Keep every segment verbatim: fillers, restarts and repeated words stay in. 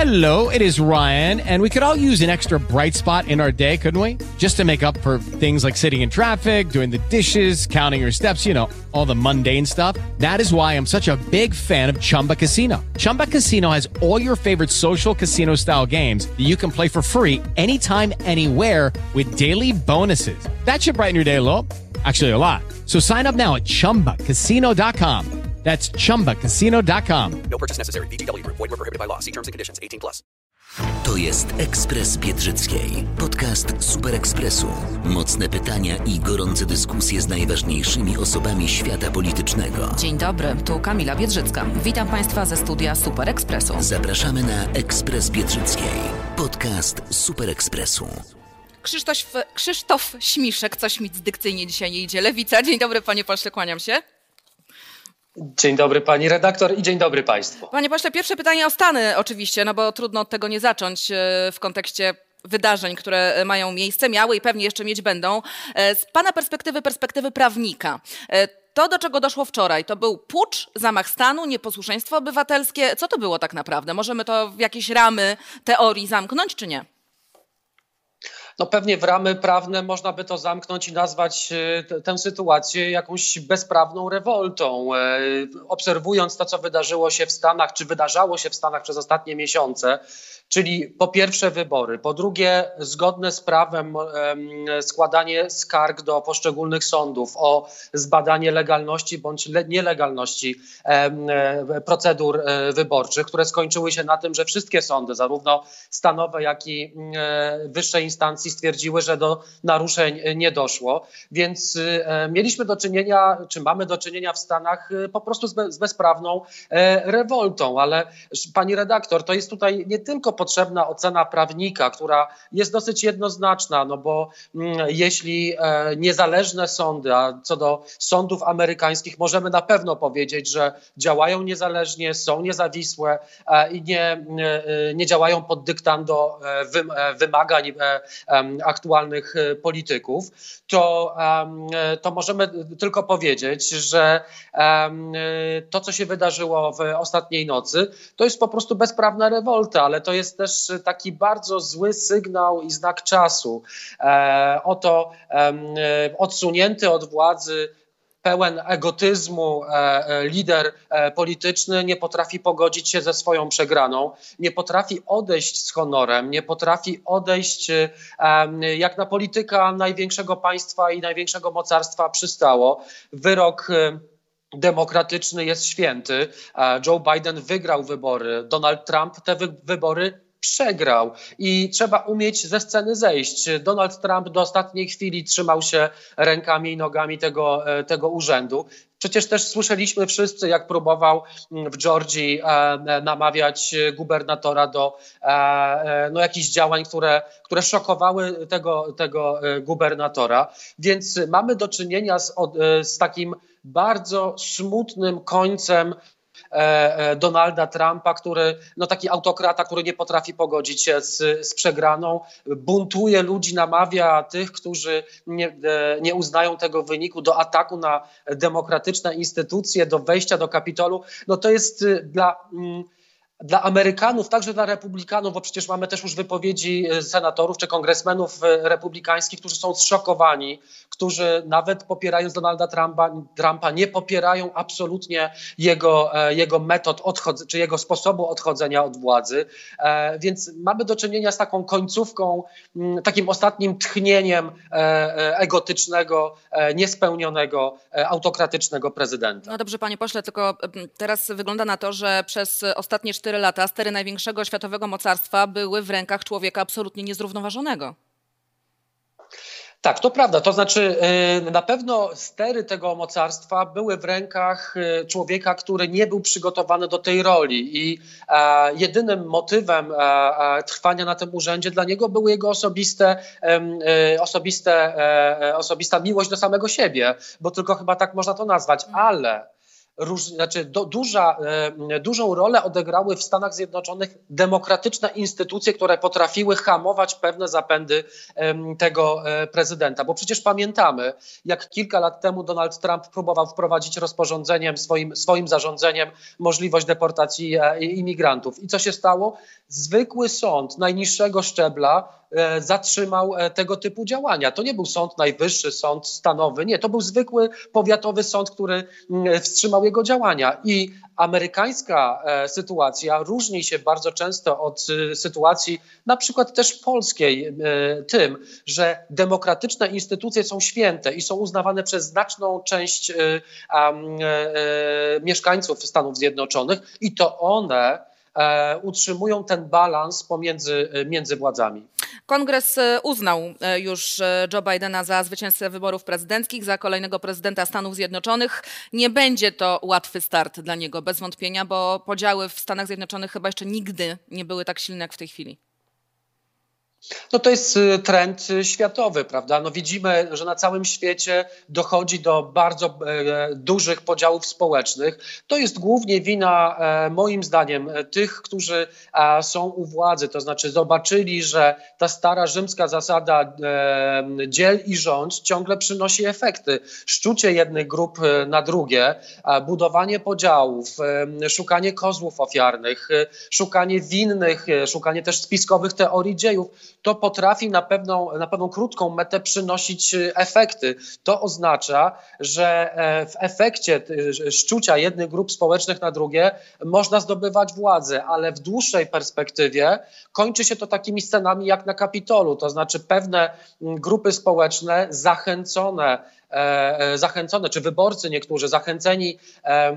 Hello, it is Ryan, and we could all use an extra bright spot in our day, couldn't we? Just to make up for things like sitting in traffic, doing the dishes, counting your steps, you know, all the mundane stuff. That is why I'm such a big fan of Chumba Casino. Chumba Casino has all your favorite social casino-style games that you can play for free anytime, anywhere with daily bonuses. That should brighten your day a little. Actually, a lot. So sign up now at chumba casino dot com. That's chumba casino dot com. No purchase necessary. V G W Group. Void where prohibited by law. See terms and conditions. eighteen plus. To jest Ekspres Biedrzyckiej. Podcast Super Ekspresu. Mocne pytania i gorące dyskusje z najważniejszymi osobami świata politycznego. Dzień dobry, tu Kamila Biedrzycka. Witam Państwa ze studia Super Ekspresu. Zapraszamy na Ekspres Biedrzyckiej. Podcast Super Ekspresu. Krzysztof, Krzysztof Śmiszek, coś mi dykcyjnie dzisiaj nie idzie. Lewica. Dzień dobry, panie pośle, kłaniam się. Dzień dobry pani redaktor i dzień dobry państwu. Panie pośle, pierwsze pytanie o Stany oczywiście, no bo trudno od tego nie zacząć w kontekście wydarzeń, które mają miejsce, miały i pewnie jeszcze mieć będą. Z pana perspektywy, perspektywy prawnika, to do czego doszło wczoraj, to był pucz, zamach stanu, nieposłuszeństwo obywatelskie. Co to było tak naprawdę? Możemy to w jakieś ramy teorii zamknąć, czy nie? No pewnie w ramy prawne można by to zamknąć i nazwać t- tę sytuację jakąś bezprawną rewoltą. E, obserwując to, co wydarzyło się w Stanach, czy wydarzało się w Stanach przez ostatnie miesiące, czyli po pierwsze wybory, po drugie zgodne z prawem e, składanie skarg do poszczególnych sądów o zbadanie legalności bądź le- nielegalności e, e, procedur e, wyborczych, które skończyły się na tym, że wszystkie sądy, zarówno stanowe, jak i e, wyższe instancje, stwierdziły, że do naruszeń nie doszło, więc e, mieliśmy do czynienia, czy mamy do czynienia w Stanach e, po prostu z, be, z bezprawną e, rewoltą, ale pani redaktor, to jest tutaj nie tylko potrzebna ocena prawnika, która jest dosyć jednoznaczna, no bo m, jeśli e, niezależne sądy, a co do sądów amerykańskich możemy na pewno powiedzieć, że działają niezależnie, są niezawisłe e, i nie, e, nie działają pod dyktando e, wy, e, wymagań e, aktualnych polityków, to, to możemy tylko powiedzieć, że to, co się wydarzyło w ostatniej nocy, to jest po prostu bezprawna rewolta, ale to jest też taki bardzo zły sygnał i znak czasu. Oto odsunięty od władzy, pełen egotyzmu e, lider e, polityczny nie potrafi pogodzić się ze swoją przegraną, nie potrafi odejść z honorem, nie potrafi odejść e, jak na polityka największego państwa i największego mocarstwa przystało. Wyrok e, demokratyczny jest święty. E, Joe Biden wygrał wybory, Donald Trump te wy- wybory przegrał i trzeba umieć ze sceny zejść. Donald Trump do ostatniej chwili trzymał się rękami i nogami tego, tego urzędu. Przecież też słyszeliśmy wszyscy, jak próbował w Georgii e, namawiać gubernatora do e, no, jakichś działań, które, które szokowały tego, tego gubernatora. Więc mamy do czynienia z, z takim bardzo smutnym końcem Donalda Trumpa, który, no taki autokrata, który nie potrafi pogodzić się z, z przegraną, buntuje ludzi, namawia tych, którzy nie, nie uznają tego wyniku, do ataku na demokratyczne instytucje, do wejścia do Kapitolu. No to jest dla... Dla Amerykanów, także dla Republikanów, bo przecież mamy też już wypowiedzi senatorów czy kongresmenów republikańskich, którzy są zszokowani, którzy nawet popierając Donalda Trumpa, Trumpa nie popierają absolutnie jego, jego metod odchodzenia, czy jego sposobu odchodzenia od władzy. Więc mamy do czynienia z taką końcówką, takim ostatnim tchnieniem egotycznego, niespełnionego, autokratycznego prezydenta. No dobrze, panie pośle, tylko teraz wygląda na to, że przez ostatnie cztery lata stery największego światowego mocarstwa były w rękach człowieka absolutnie niezrównoważonego. Tak, to prawda. To znaczy na pewno stery tego mocarstwa były w rękach człowieka, który nie był przygotowany do tej roli i jedynym motywem trwania na tym urzędzie dla niego były jego osobiste, osobiste, osobista miłość do samego siebie, bo tylko chyba tak można to nazwać, ale Róż, znaczy do, duża, e, dużą rolę odegrały w Stanach Zjednoczonych demokratyczne instytucje, które potrafiły hamować pewne zapędy e, tego e, prezydenta. Bo przecież pamiętamy, jak kilka lat temu Donald Trump próbował wprowadzić rozporządzeniem, swoim, swoim zarządzeniem możliwość deportacji e, imigrantów. I co się stało? Zwykły sąd najniższego szczebla e, zatrzymał e, tego typu działania. To nie był Sąd Najwyższy, sąd stanowy, nie, to był zwykły powiatowy sąd, który m, wstrzymał jego działania. I amerykańska e, sytuacja różni się bardzo często od e, sytuacji na przykład też polskiej e, tym, że demokratyczne instytucje są święte i są uznawane przez znaczną część e, e, e, mieszkańców Stanów Zjednoczonych i to one e, utrzymują ten balans pomiędzy między władzami. Kongres uznał już Joe Bidena za zwycięzcę wyborów prezydenckich, za kolejnego prezydenta Stanów Zjednoczonych. Nie będzie to łatwy start dla niego, bez wątpienia, bo podziały w Stanach Zjednoczonych chyba jeszcze nigdy nie były tak silne jak w tej chwili. No to jest trend światowy, prawda? No widzimy, że na całym świecie dochodzi do bardzo e, dużych podziałów społecznych. To jest głównie wina, e, moim zdaniem, tych, którzy e, są u władzy. To znaczy zobaczyli, że ta stara rzymska zasada e, dziel i rządź ciągle przynosi efekty. Szczucie jednych grup na drugie, e, budowanie podziałów, e, szukanie kozłów ofiarnych, e, szukanie winnych, e, szukanie też spiskowych teorii dziejów. To potrafi na pewną, na pewną krótką metę przynosić efekty. To oznacza, że w efekcie szczucia jednych grup społecznych na drugie można zdobywać władzę, ale w dłuższej perspektywie kończy się to takimi scenami jak na Kapitolu. To znaczy pewne grupy społeczne zachęcone zachęcone, czy wyborcy niektórzy zachęceni e, e,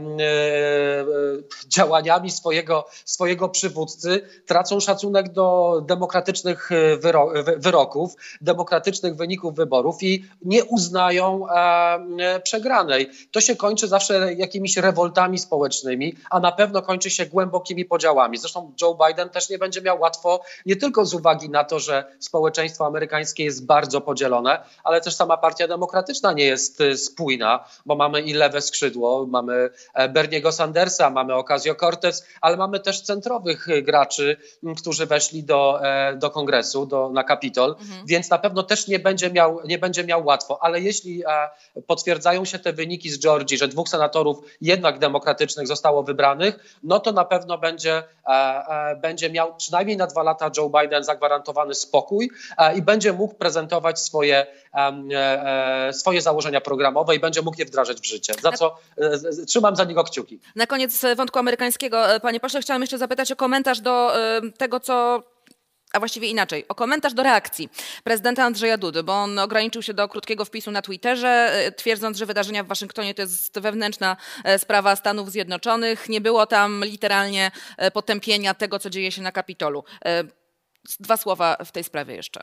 działaniami swojego, swojego przywódcy tracą szacunek do demokratycznych wyro, wyroków, demokratycznych wyników wyborów i nie uznają e, przegranej. To się kończy zawsze jakimiś rewoltami społecznymi, a na pewno kończy się głębokimi podziałami. Zresztą Joe Biden też nie będzie miał łatwo, nie tylko z uwagi na to, że społeczeństwo amerykańskie jest bardzo podzielone, ale też sama Partia Demokratyczna nie jest spójna, bo mamy i lewe skrzydło, mamy Berniego Sandersa, mamy Ocasio-Cortez, ale mamy też centrowych graczy, którzy weszli do, do kongresu, do, na Kapitol, mhm. więc na pewno też nie będzie miał, nie będzie miał łatwo, ale jeśli potwierdzają się te wyniki z Georgii, że dwóch senatorów jednak demokratycznych zostało wybranych, no to na pewno będzie, będzie miał przynajmniej na dwa lata Joe Biden zagwarantowany spokój i będzie mógł prezentować swoje, swoje założenia programowe i będzie mógł je wdrażać w życie, za co e, trzymam za niego kciuki. Na koniec wątku amerykańskiego, panie pośle, chciałam jeszcze zapytać o komentarz do e, tego, co... A właściwie inaczej, o komentarz do reakcji prezydenta Andrzeja Dudy, bo on ograniczył się do krótkiego wpisu na Twitterze, twierdząc, że wydarzenia w Waszyngtonie to jest wewnętrzna sprawa Stanów Zjednoczonych. Nie było tam literalnie potępienia tego, co dzieje się na Kapitolu. Dwa słowa w tej sprawie jeszcze.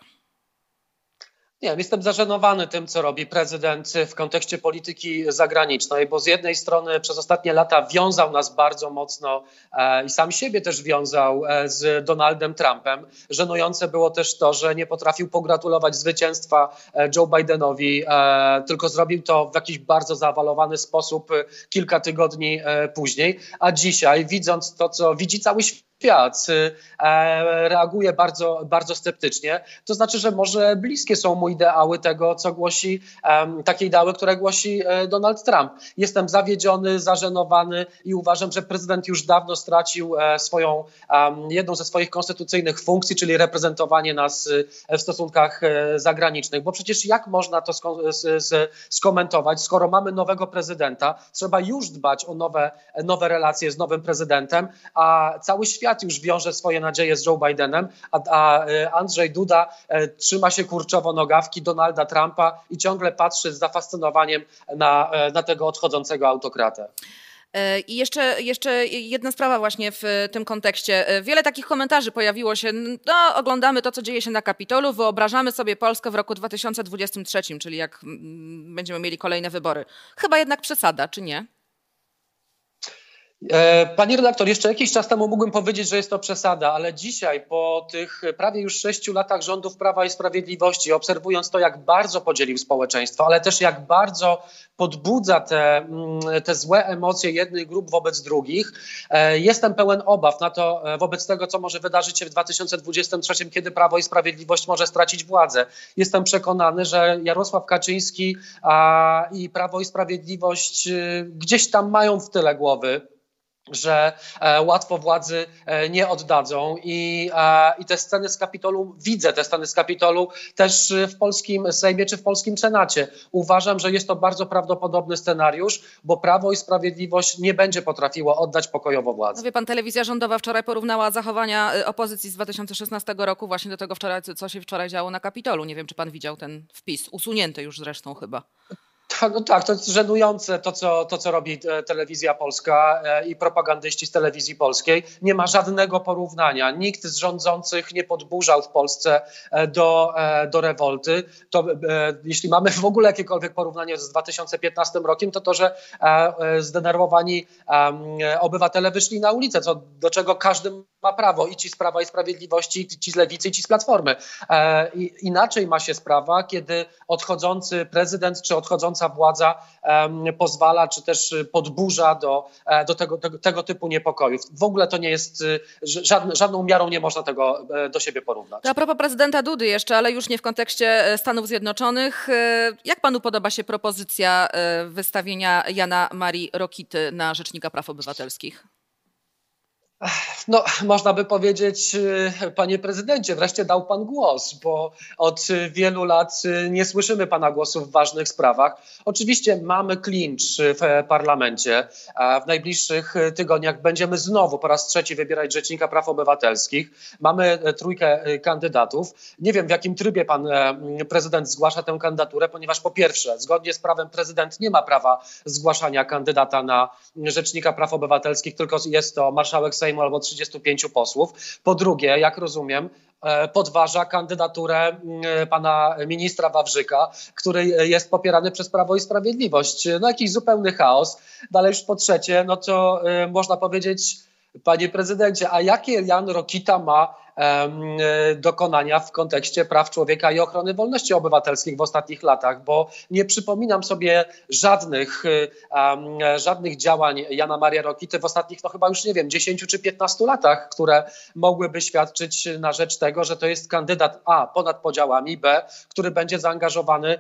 Nie, jestem zażenowany tym, co robi prezydent w kontekście polityki zagranicznej, bo z jednej strony przez ostatnie lata wiązał nas bardzo mocno e, i sam siebie też wiązał e, z Donaldem Trumpem. Żenujące było też to, że nie potrafił pogratulować zwycięstwa e, Joe Bidenowi, e, tylko zrobił to w jakiś bardzo zaawalowany sposób e, kilka tygodni e, później, a dzisiaj, widząc to, co widzi cały świat, Świat e, reaguje bardzo, bardzo sceptycznie. To znaczy, że może bliskie są mu ideały tego, co głosi, e, takie ideały, które głosi e, Donald Trump. Jestem zawiedziony, zażenowany i uważam, że prezydent już dawno stracił e, swoją, e, jedną ze swoich konstytucyjnych funkcji, czyli reprezentowanie nas e, w stosunkach e, zagranicznych. Bo przecież jak można to sko- z, z, skomentować, skoro mamy nowego prezydenta, trzeba już dbać o nowe, nowe relacje z nowym prezydentem, a cały świat już wiąże swoje nadzieje z Joe Bidenem, a, a Andrzej Duda e, trzyma się kurczowo nogawki Donalda Trumpa i ciągle patrzy z zafascynowaniem na, na tego odchodzącego autokratę. I jeszcze, jeszcze jedna sprawa właśnie w tym kontekście. Wiele takich komentarzy pojawiło się, no oglądamy to, co dzieje się na Kapitolu, wyobrażamy sobie Polskę w roku dwa tysiące dwudziestym trzecim, czyli jak będziemy mieli kolejne wybory. Chyba jednak przesada, czy nie? Panie redaktor, jeszcze jakiś czas temu mógłbym powiedzieć, że jest to przesada, ale dzisiaj po tych prawie już sześciu latach rządów Prawa i Sprawiedliwości, obserwując to, jak bardzo podzielił społeczeństwo, ale też jak bardzo podbudza te, te złe emocje jednych grup wobec drugich, jestem pełen obaw na to, wobec tego, co może wydarzyć się w dwa tysiące dwudziestym trzecim, kiedy Prawo i Sprawiedliwość może stracić władzę. Jestem przekonany, że Jarosław Kaczyński a, i Prawo i Sprawiedliwość gdzieś tam mają w tyle głowy, że e, łatwo władzy e, nie oddadzą i, e, i te sceny z Kapitolu, widzę te sceny z Kapitolu też w polskim Sejmie czy w polskim Senacie. Uważam, że jest to bardzo prawdopodobny scenariusz, bo Prawo i Sprawiedliwość nie będzie potrafiło oddać pokojowo władzy. No wie pan, telewizja rządowa wczoraj porównała zachowania opozycji z dwa tysiące szesnastego roku właśnie do tego, wczoraj, co się wczoraj działo na Kapitolu. Nie wiem, czy pan widział ten wpis, usunięty już zresztą chyba. No tak, to jest żenujące to co, to, co robi telewizja polska i propagandyści z telewizji polskiej. Nie ma żadnego porównania. Nikt z rządzących nie podburzał w Polsce do, do rewolty. To, jeśli mamy w ogóle jakiekolwiek porównanie z dwa tysiące piętnastym rokiem, to to, że zdenerwowani obywatele wyszli na ulicę, co, do czego każdy ma prawo. I ci z Prawa i Sprawiedliwości, i ci z Lewicy, i ci z Platformy. I inaczej ma się sprawa, kiedy odchodzący prezydent czy odchodząca władza um, pozwala, czy też podburza do, do tego, tego, tego typu niepokojów. W ogóle to nie jest, żadne, żadną miarą nie można tego do siebie porównać. To a propos prezydenta Dudy jeszcze, ale już nie w kontekście Stanów Zjednoczonych. Jak panu podoba się propozycja wystawienia Jana Marii Rokity na Rzecznika Praw Obywatelskich? No, można by powiedzieć, panie prezydencie, wreszcie dał pan głos, bo od wielu lat nie słyszymy pana głosu w ważnych sprawach. Oczywiście mamy klincz w parlamencie. W najbliższych tygodniach będziemy znowu po raz trzeci wybierać Rzecznika Praw Obywatelskich. Mamy trójkę kandydatów. Nie wiem, w jakim trybie pan prezydent zgłasza tę kandydaturę, ponieważ po pierwsze, zgodnie z prawem prezydent nie ma prawa zgłaszania kandydata na Rzecznika Praw Obywatelskich, tylko jest to marszałek Sejmu albo trzydziestu pięciu posłów. Po drugie, jak rozumiem, podważa kandydaturę pana ministra Wawrzyka, który jest popierany przez Prawo i Sprawiedliwość. No jakiś zupełny chaos. Dalej już po trzecie, no to można powiedzieć, panie prezydencie, a jakie Jan Rokita ma dokonania w kontekście praw człowieka i ochrony wolności obywatelskich w ostatnich latach, bo nie przypominam sobie żadnych, um, żadnych działań Jana Maria Rokity w ostatnich, no chyba już nie wiem, dziesięciu czy piętnastu latach, które mogłyby świadczyć na rzecz tego, że to jest kandydat A, ponad podziałami, B, który będzie zaangażowany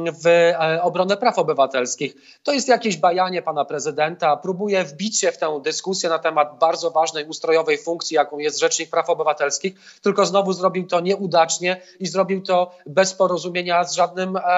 w obronę praw obywatelskich. To jest jakieś bajanie pana prezydenta, próbuje wbić się w tę dyskusję na temat bardzo ważnej ustrojowej funkcji, jaką jest Rzecznik Praw Obywatelskich, tylko znowu zrobił to nieudacznie i zrobił to bez porozumienia z żadnym um,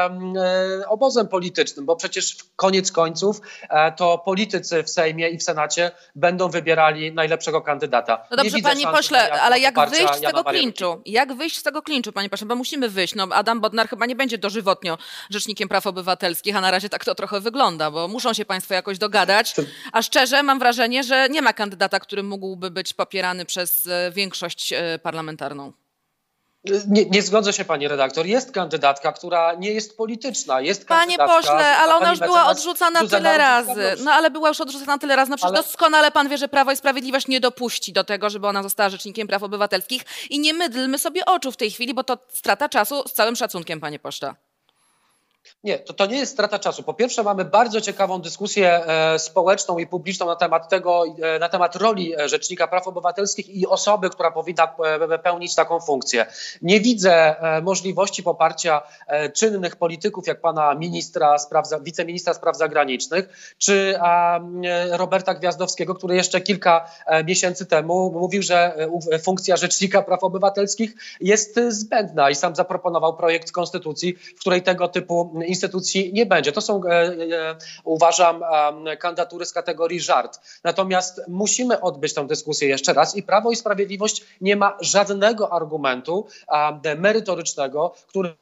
obozem politycznym, bo przecież koniec końców e, to politycy w Sejmie i w Senacie będą wybierali najlepszego kandydata. No dobrze, panie pośle, ale jak wyjść z tego klinczu? Jak wyjść z tego klinczu, panie pośle, bo musimy wyjść. No, Adam Bodnar chyba nie będzie dożywotnio Rzecznikiem Praw Obywatelskich, a na razie tak to trochę wygląda, bo muszą się państwo jakoś dogadać, a szczerze mam wrażenie, że nie ma kandydata, który mógłby być popierany przez większość parlamentarną. Nie, nie zgodzę się, pani redaktor. Jest kandydatka, która nie jest polityczna. Jest Panie pośle, ale ona już była odrzucana tyle razy. No ale była już odrzucana tyle razy. No przecież ale... doskonale pan wie, że Prawo i Sprawiedliwość nie dopuści do tego, żeby ona została Rzecznikiem Praw Obywatelskich. I nie mydlmy sobie oczu w tej chwili, bo to strata czasu, z całym szacunkiem, panie pośle. Nie, to, to nie jest strata czasu. Po pierwsze, mamy bardzo ciekawą dyskusję e, społeczną i publiczną na temat tego, e, na temat roli Rzecznika Praw Obywatelskich i osoby, która powinna e, pełnić taką funkcję. Nie widzę e, możliwości poparcia e, czynnych polityków, jak pana ministra spraw, wiceministra spraw zagranicznych, czy e, Roberta Gwiazdowskiego, który jeszcze kilka e, miesięcy temu mówił, że e, funkcja Rzecznika Praw Obywatelskich jest zbędna i sam zaproponował projekt konstytucji, w której tego typu instytucji nie będzie. To są, e, e, uważam, e, kandydatury z kategorii żart. Natomiast musimy odbyć tę dyskusję jeszcze raz i Prawo i Sprawiedliwość nie ma żadnego argumentu e, merytorycznego, który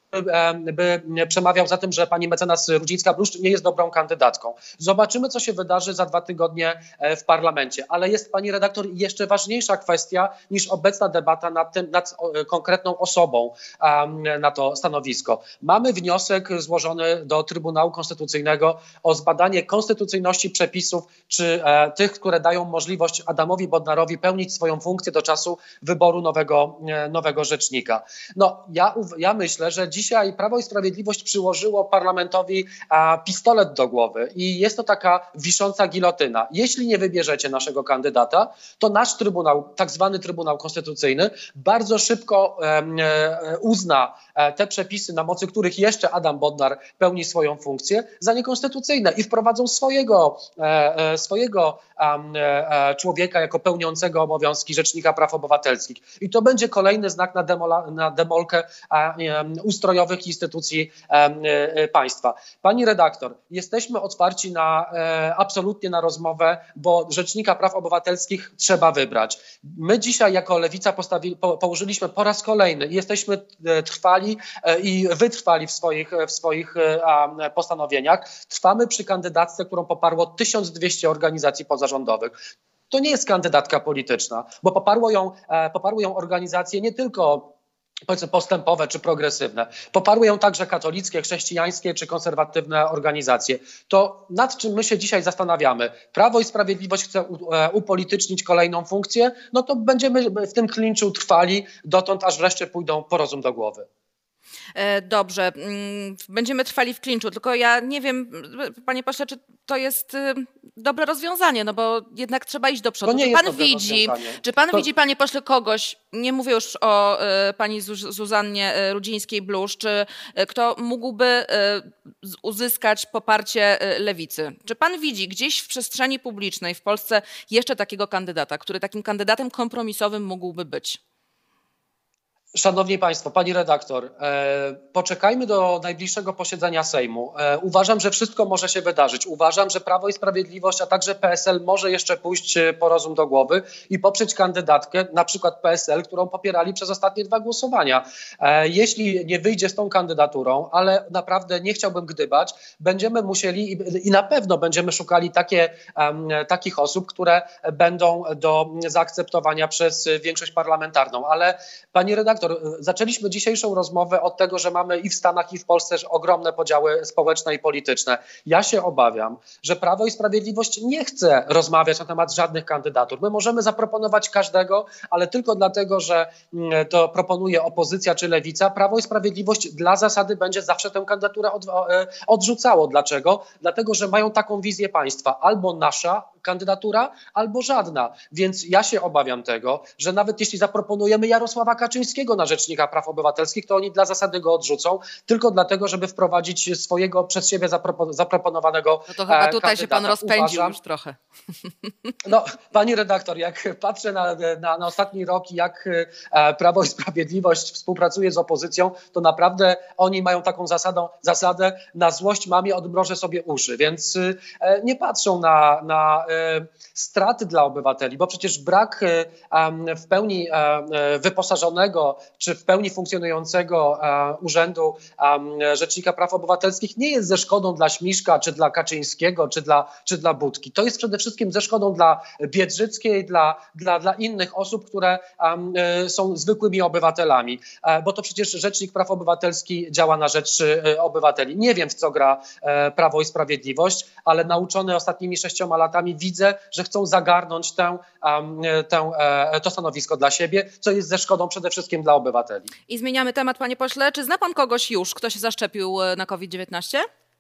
by przemawiał za tym, że pani mecenas Rudzińska-Bluszcz nie jest dobrą kandydatką. Zobaczymy, co się wydarzy za dwa tygodnie w parlamencie. Ale jest, pani redaktor, jeszcze ważniejsza kwestia niż obecna debata nad, tym, nad konkretną osobą na to stanowisko. Mamy wniosek złożony do Trybunału Konstytucyjnego o zbadanie konstytucyjności przepisów, czy tych, które dają możliwość Adamowi Bodnarowi pełnić swoją funkcję do czasu wyboru nowego, nowego rzecznika. No, ja, ja myślę, że dzisiaj Prawo i Sprawiedliwość przyłożyło parlamentowi a, pistolet do głowy i jest to taka wisząca gilotyna. Jeśli nie wybierzecie naszego kandydata, to nasz Trybunał, tak zwany Trybunał Konstytucyjny, bardzo szybko e, e, uzna e, te przepisy, na mocy których jeszcze Adam Bodnar pełni swoją funkcję, za niekonstytucyjne i wprowadzą swojego, e, e, swojego e, e, człowieka jako pełniącego obowiązki Rzecznika Praw Obywatelskich. I to będzie kolejny znak na, demola, na demolkę e, e, ustrojowych instytucji e, państwa. Pani redaktor, jesteśmy otwarci na e, absolutnie na rozmowę, bo Rzecznika Praw Obywatelskich trzeba wybrać. My dzisiaj jako Lewica postawi, po, położyliśmy po raz kolejny i jesteśmy e, trwali e, i wytrwali w swoich, w swoich e, postanowieniach. Trwamy przy kandydatce, którą poparło tysiąc dwieście organizacji pozarządowych. To nie jest kandydatka polityczna, bo poparło ją, e, poparły ją organizacje nie tylko powiedzmy postępowe czy progresywne. Poparły ją także katolickie, chrześcijańskie czy konserwatywne organizacje. To nad czym my się dzisiaj zastanawiamy? Prawo i Sprawiedliwość chce upolitycznić kolejną funkcję, no to będziemy w tym klinczu trwali dotąd, aż wreszcie pójdą po rozum do głowy. Dobrze, będziemy trwali w klinczu, tylko ja nie wiem, panie pośle, czy to jest dobre rozwiązanie, no bo jednak trzeba iść do przodu. To nie czy jest pan dobre widzi, rozwiązanie. czy pan To... widzi, panie pośle, kogoś, nie mówię już o y, pani Zuz- Zuzannie Rudzińskiej-Bluszcz, czy y, kto mógłby y, uzyskać poparcie y, lewicy? Czy pan widzi gdzieś w przestrzeni publicznej w Polsce jeszcze takiego kandydata, który takim kandydatem kompromisowym mógłby być? Szanowni Państwo, pani redaktor, e, poczekajmy do najbliższego posiedzenia Sejmu. E, uważam, że wszystko może się wydarzyć. Uważam, że Prawo i Sprawiedliwość, a także P S L może jeszcze pójść po rozum do głowy i poprzeć kandydatkę, na przykład P S L, którą popierali przez ostatnie dwa głosowania. E, jeśli nie wyjdzie z tą kandydaturą, ale naprawdę nie chciałbym gdybać, będziemy musieli i, i na pewno będziemy szukali takie, um, takich osób, które będą do zaakceptowania przez większość parlamentarną. Ale pani redaktor, zaczęliśmy dzisiejszą rozmowę od tego, że mamy i w Stanach, i w Polsce ogromne podziały społeczne i polityczne. Ja się obawiam, że Prawo i Sprawiedliwość nie chce rozmawiać na temat żadnych kandydatur. My możemy zaproponować każdego, ale tylko dlatego, że to proponuje opozycja czy lewica. Prawo i Sprawiedliwość dla zasady będzie zawsze tę kandydaturę od, odrzucało. Dlaczego? Dlatego, że mają taką wizję państwa. Albo nasza kandydatura, albo żadna. Więc ja się obawiam tego, że nawet jeśli zaproponujemy Jarosława Kaczyńskiego na Rzecznika Praw Obywatelskich, to oni dla zasady go odrzucą, tylko dlatego, żeby wprowadzić swojego przez siebie zapropon- zaproponowanego No to chyba tutaj kandydata. się pan rozpędził Uważam, już trochę. No, pani redaktor, jak patrzę na, na, na ostatni rok, jak Prawo i Sprawiedliwość współpracuje z opozycją, to naprawdę oni mają taką zasadą, zasadę na złość mamie odmrożę sobie uszy, więc nie patrzą na, na straty dla obywateli, bo przecież brak w pełni wyposażonego czy w pełni funkcjonującego Urzędu Rzecznika Praw Obywatelskich nie jest ze szkodą dla Śmiszka, czy dla Kaczyńskiego, czy dla, czy dla Budki. To jest przede wszystkim ze szkodą dla Biedrzyckiej, dla, dla, dla innych osób, które są zwykłymi obywatelami, bo to przecież Rzecznik Praw Obywatelskich działa na rzecz obywateli. Nie wiem, w co gra Prawo i Sprawiedliwość, ale nauczony ostatnimi sześcioma latami widzę, że chcą zagarnąć tę, tę, to stanowisko dla siebie, co jest ze szkodą przede wszystkim dla obywateli. I zmieniamy temat, panie pośle. Czy zna pan kogoś już, kto się zaszczepił na COVID dziewiętnaście?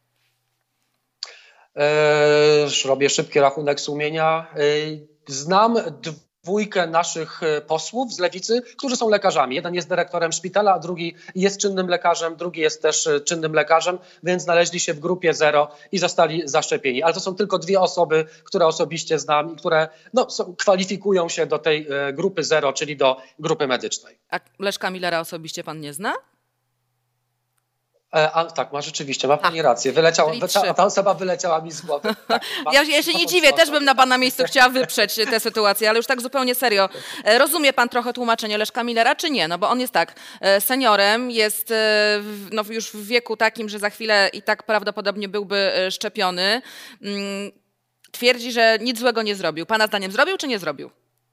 Eee, robię szybki rachunek sumienia. Eee, znam dwójkę naszych posłów z Lewicy, którzy są lekarzami. Jeden jest dyrektorem szpitala, a drugi jest czynnym lekarzem, drugi jest też czynnym lekarzem, więc znaleźli się w grupie zero i zostali zaszczepieni. Ale to są tylko dwie osoby, które osobiście znam i które no, są, kwalifikują się do tej grupy zero, czyli do grupy medycznej. A Leszka Millera osobiście pan nie zna? E, a, tak, ma rzeczywiście, ma pani rację. Wyleciała, ta, ta osoba wyleciała mi z głowy. Tak, ma, ja, ja się nie dziwię, też bym na pana miejscu chciała wyprzeć tę sytuację, ale już tak zupełnie serio. Rozumie pan trochę tłumaczenie Leszka Millera, czy nie? No bo on jest tak, seniorem, jest no, już w wieku takim, że za chwilę i tak prawdopodobnie byłby szczepiony. Twierdzi, że nic złego nie zrobił. Pana zdaniem zrobił, czy nie zrobił?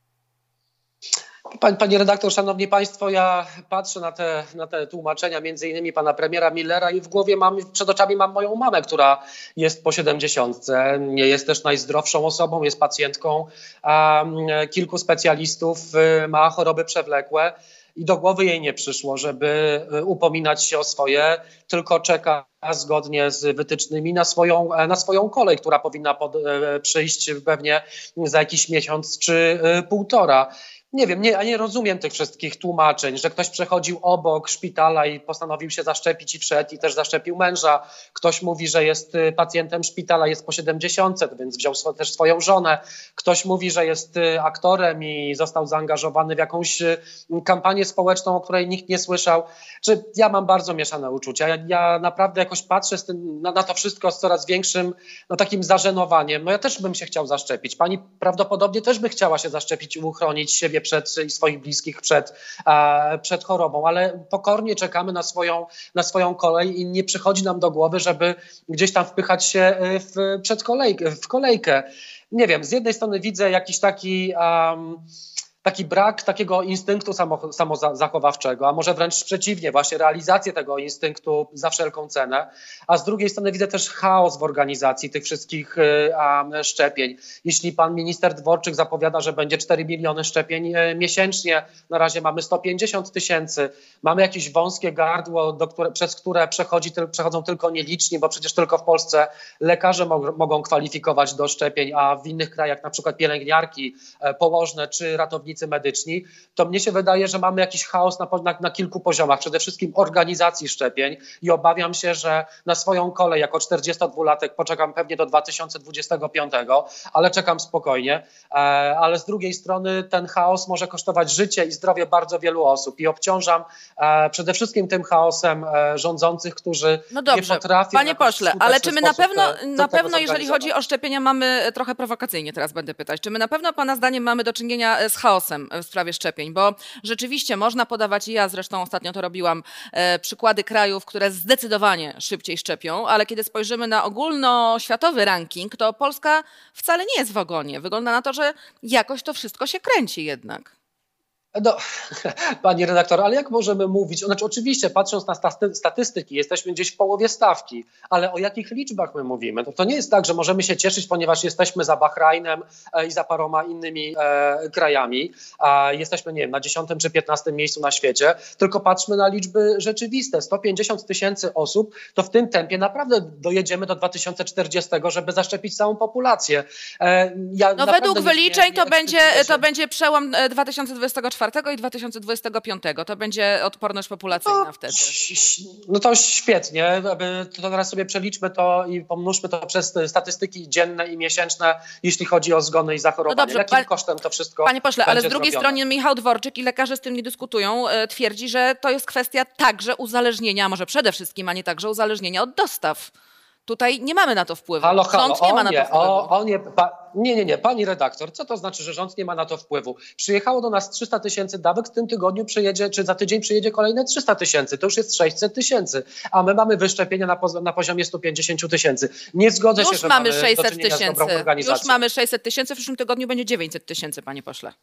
Pani, pani redaktor, szanowni państwo, ja patrzę na te, na te tłumaczenia między innymi pana premiera Millera i w głowie mam, przed oczami mam moją mamę, która jest po siedemdziesiątce, nie jest też najzdrowszą osobą, jest pacjentką a, kilku specjalistów, ma choroby przewlekłe i do głowy jej nie przyszło, żeby upominać się o swoje, tylko czeka zgodnie z wytycznymi na swoją, na swoją kolej, która powinna pod, przyjść pewnie za jakiś miesiąc czy półtora. Nie wiem, nie, ja nie rozumiem tych wszystkich tłumaczeń, że ktoś przechodził obok szpitala i postanowił się zaszczepić i wszedł i też zaszczepił męża. Ktoś mówi, że jest pacjentem szpitala, jest po siedemdziesiątce, więc wziął sw- też swoją żonę. Ktoś mówi, że jest aktorem i został zaangażowany w jakąś kampanię społeczną, o której nikt nie słyszał. Czy ja mam bardzo mieszane uczucia. Ja, ja naprawdę jakoś patrzę z tym, na, na to wszystko z coraz większym no, takim zażenowaniem. No ja też bym się chciał zaszczepić. Pani prawdopodobnie też by chciała się zaszczepić i uchronić siebie przed, i swoich bliskich przed, e, przed chorobą, ale pokornie czekamy na swoją, na swoją kolej i nie przychodzi nam do głowy, żeby gdzieś tam wpychać się w, przed kolejkę, w kolejkę. Nie wiem, z jednej strony widzę jakiś taki... Um, taki brak takiego instynktu samo, samozachowawczego, a może wręcz przeciwnie, właśnie realizację tego instynktu za wszelką cenę, a z drugiej strony widzę też chaos w organizacji tych wszystkich a, szczepień. Jeśli pan minister Dworczyk zapowiada, że będzie cztery miliony szczepień miesięcznie, na razie mamy sto pięćdziesiąt tysięcy, mamy jakieś wąskie gardło, do które, przez które przechodzi, przechodzą tylko nieliczni, bo przecież tylko w Polsce lekarze mo- mogą kwalifikować do szczepień, a w innych krajach na przykład pielęgniarki, położne czy ratownicy medyczni, to mnie się wydaje, że mamy jakiś chaos na, na, na kilku poziomach. Przede wszystkim organizacji szczepień i obawiam się, że na swoją kolej jako czterdziestodwulatek poczekam pewnie do dwa tysiące dwudziestego piątego, ale czekam spokojnie. E, ale z drugiej strony ten chaos może kosztować życie i zdrowie bardzo wielu osób i obciążam e, przede wszystkim tym chaosem e, rządzących, którzy no dobrze, nie potrafią... Panie pośle, ale czy my na pewno, te, na pewno jeżeli chodzi o szczepienia, mamy trochę prowokacyjnie teraz będę pytać, czy my na pewno pana zdaniem mamy do czynienia z chaosem w sprawie szczepień, bo rzeczywiście można podawać, i ja zresztą ostatnio to robiłam, e, przykłady krajów, które zdecydowanie szybciej szczepią, ale kiedy spojrzymy na ogólnoświatowy ranking, to Polska wcale nie jest w ogonie. Wygląda na to, że jakoś to wszystko się kręci jednak. No, pani redaktor, ale jak możemy mówić? Znaczy, oczywiście, patrząc na statystyki, jesteśmy gdzieś w połowie stawki, ale o jakich liczbach my mówimy? To, to nie jest tak, że możemy się cieszyć, ponieważ jesteśmy za Bahrajnem e, i za paroma innymi e, krajami, a jesteśmy, nie wiem, na dziesiątym czy piętnastym miejscu na świecie, tylko patrzmy na liczby rzeczywiste. sto pięćdziesiąt tysięcy osób, to w tym tempie naprawdę dojedziemy do dwa tysiące czterdziestego, żeby zaszczepić całą populację. E, ja no według wyliczeń nie, nie to, będzie, to będzie przełom dwa tysiące dwudziestego czwartego i dwa tysiące dwudziestego piątego. To będzie odporność populacyjna no, wtedy. No to świetnie. To teraz sobie przeliczmy to i pomnóżmy to przez statystyki dzienne i miesięczne, jeśli chodzi o zgony i zachorowania. No dobrze, Jakim pan, kosztem to wszystko Panie pośle, ale z drugiej zrobione? strony Michał Dworczyk i lekarze z tym nie dyskutują, twierdzi, że to jest kwestia także uzależnienia, może przede wszystkim, a nie także uzależnienia od dostaw. Tutaj nie mamy na to wpływu. Halo, halo, rząd nie ma na to nie, wpływu. O, o nie, pa, nie, nie, nie, pani redaktor, co to znaczy, że rząd nie ma na to wpływu? Przyjechało do nas trzysta tysięcy dawek, w tym tygodniu przyjedzie, czy za tydzień przyjedzie kolejne trzysta tysięcy, to już jest sześćset tysięcy, a my mamy wyszczepienia na, poz, na poziomie sto pięćdziesiąt tysięcy. Nie zgodzę już się, że mamy mamy sześćset tysięcy. Już mamy sześćset sześćset tysięcy, w przyszłym tygodniu będzie dziewięćset tysięcy, panie pośle.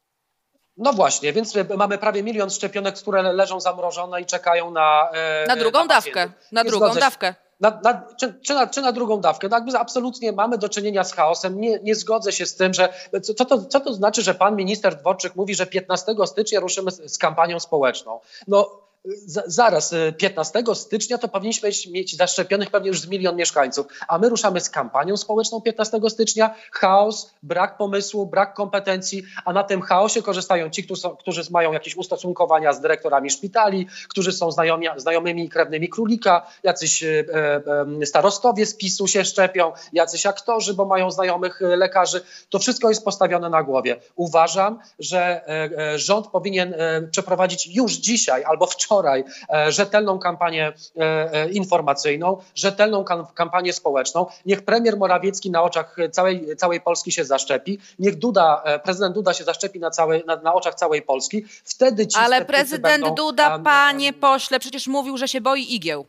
No właśnie, więc mamy prawie milion szczepionek, które leżą zamrożone i czekają na e, Na drugą na dawkę, na Nie drugą dawkę. Na, na, czy, czy, na, czy na drugą dawkę. No jakby absolutnie mamy do czynienia z chaosem. Nie, nie zgodzę się z tym, że co to, co to znaczy, że pan minister Dworczyk mówi, że piętnastego stycznia ruszymy z, z kampanią społeczną. No zaraz, piętnastego stycznia to powinniśmy mieć zaszczepionych pewnie już z milion mieszkańców, a my ruszamy z kampanią społeczną piętnastego stycznia. Chaos, brak pomysłu, brak kompetencji, a na tym chaosie korzystają ci, którzy, są, którzy mają jakieś ustosunkowania z dyrektorami szpitali, którzy są znajomi, znajomymi i krewnymi królika, jacyś e, e, starostowie z PiSu się szczepią, jacyś aktorzy, bo mają znajomych lekarzy. To wszystko jest postawione na głowie. Uważam, że e, rząd powinien e, przeprowadzić już dzisiaj albo wczoraj wczoraj rzetelną kampanię informacyjną, rzetelną kampanię społeczną. Niech premier Morawiecki na oczach całej, całej Polski się zaszczepi. Niech Duda, prezydent Duda się zaszczepi na, całej, na, na oczach całej Polski. Wtedy ci Ale prezydent będą, Duda, um, panie pośle, przecież mówił, że się boi igieł.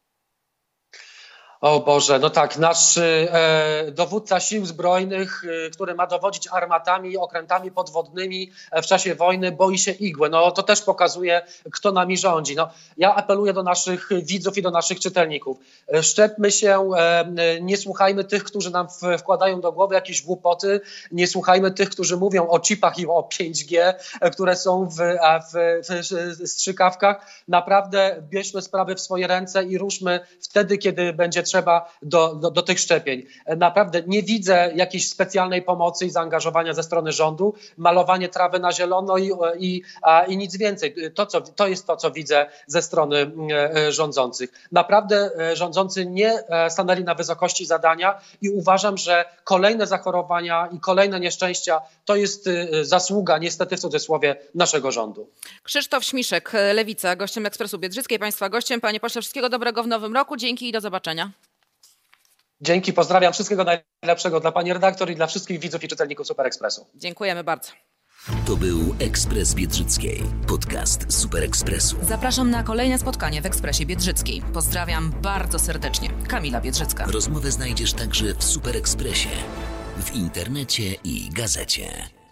O Boże, no tak, nasz e, dowódca sił zbrojnych, e, który ma dowodzić armatami, okrętami podwodnymi w czasie wojny, boi się igły. No to też pokazuje, kto nami rządzi. No, ja apeluję do naszych widzów i do naszych czytelników. E, szczepmy się, e, nie słuchajmy tych, którzy nam w, wkładają do głowy jakieś głupoty, nie słuchajmy tych, którzy mówią o chipach i o pięć G, e, które są w, w, w strzykawkach. Naprawdę bierzmy sprawy w swoje ręce i ruszmy wtedy, kiedy będzie trzeba trzeba do, do, do tych szczepień. Naprawdę nie widzę jakiejś specjalnej pomocy i zaangażowania ze strony rządu. Malowanie trawy na zielono i, i, a, i nic więcej. To, co, to jest to, co widzę ze strony e, rządzących. Naprawdę e, rządzący nie e, stanęli na wysokości zadania i uważam, że kolejne zachorowania i kolejne nieszczęścia to jest e, zasługa, niestety w cudzysłowie, naszego rządu. Krzysztof Śmiszek, Lewica, gościem Ekspresu Biedrzyckiej, Państwa gościem. Panie pośle, wszystkiego dobrego w nowym roku. Dzięki i do zobaczenia. Dzięki, pozdrawiam. Wszystkiego najlepszego dla pani redaktor i dla wszystkich widzów i czytelników Super Ekspresu. Dziękujemy bardzo. To był Ekspres Biedrzyckiej, podcast Super Ekspresu. Zapraszam na kolejne spotkanie w Ekspresie Biedrzyckiej. Pozdrawiam bardzo serdecznie. Kamila Biedrzycka. Rozmowę znajdziesz także w Super Ekspresie, w internecie i gazecie.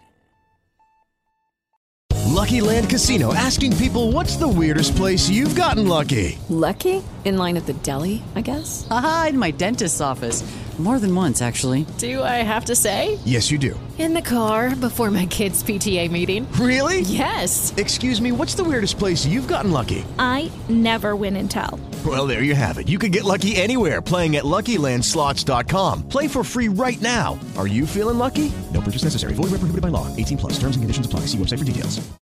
Lucky Land Casino, asking people, what's the weirdest place you've gotten lucky? Lucky? In line at the deli, I guess? Aha, in my dentist's office. More than once, actually. Do I have to say? Yes, you do. In the car before my kids' P T A meeting. Really? Yes. Excuse me, what's the weirdest place you've gotten lucky? I never win and tell. Well, there you have it. You can get lucky anywhere, playing at Lucky Land Slots dot com. Play for free right now. Are you feeling lucky? No purchase necessary. Void where prohibited by law. eighteen plus. Terms and conditions apply. See website for details.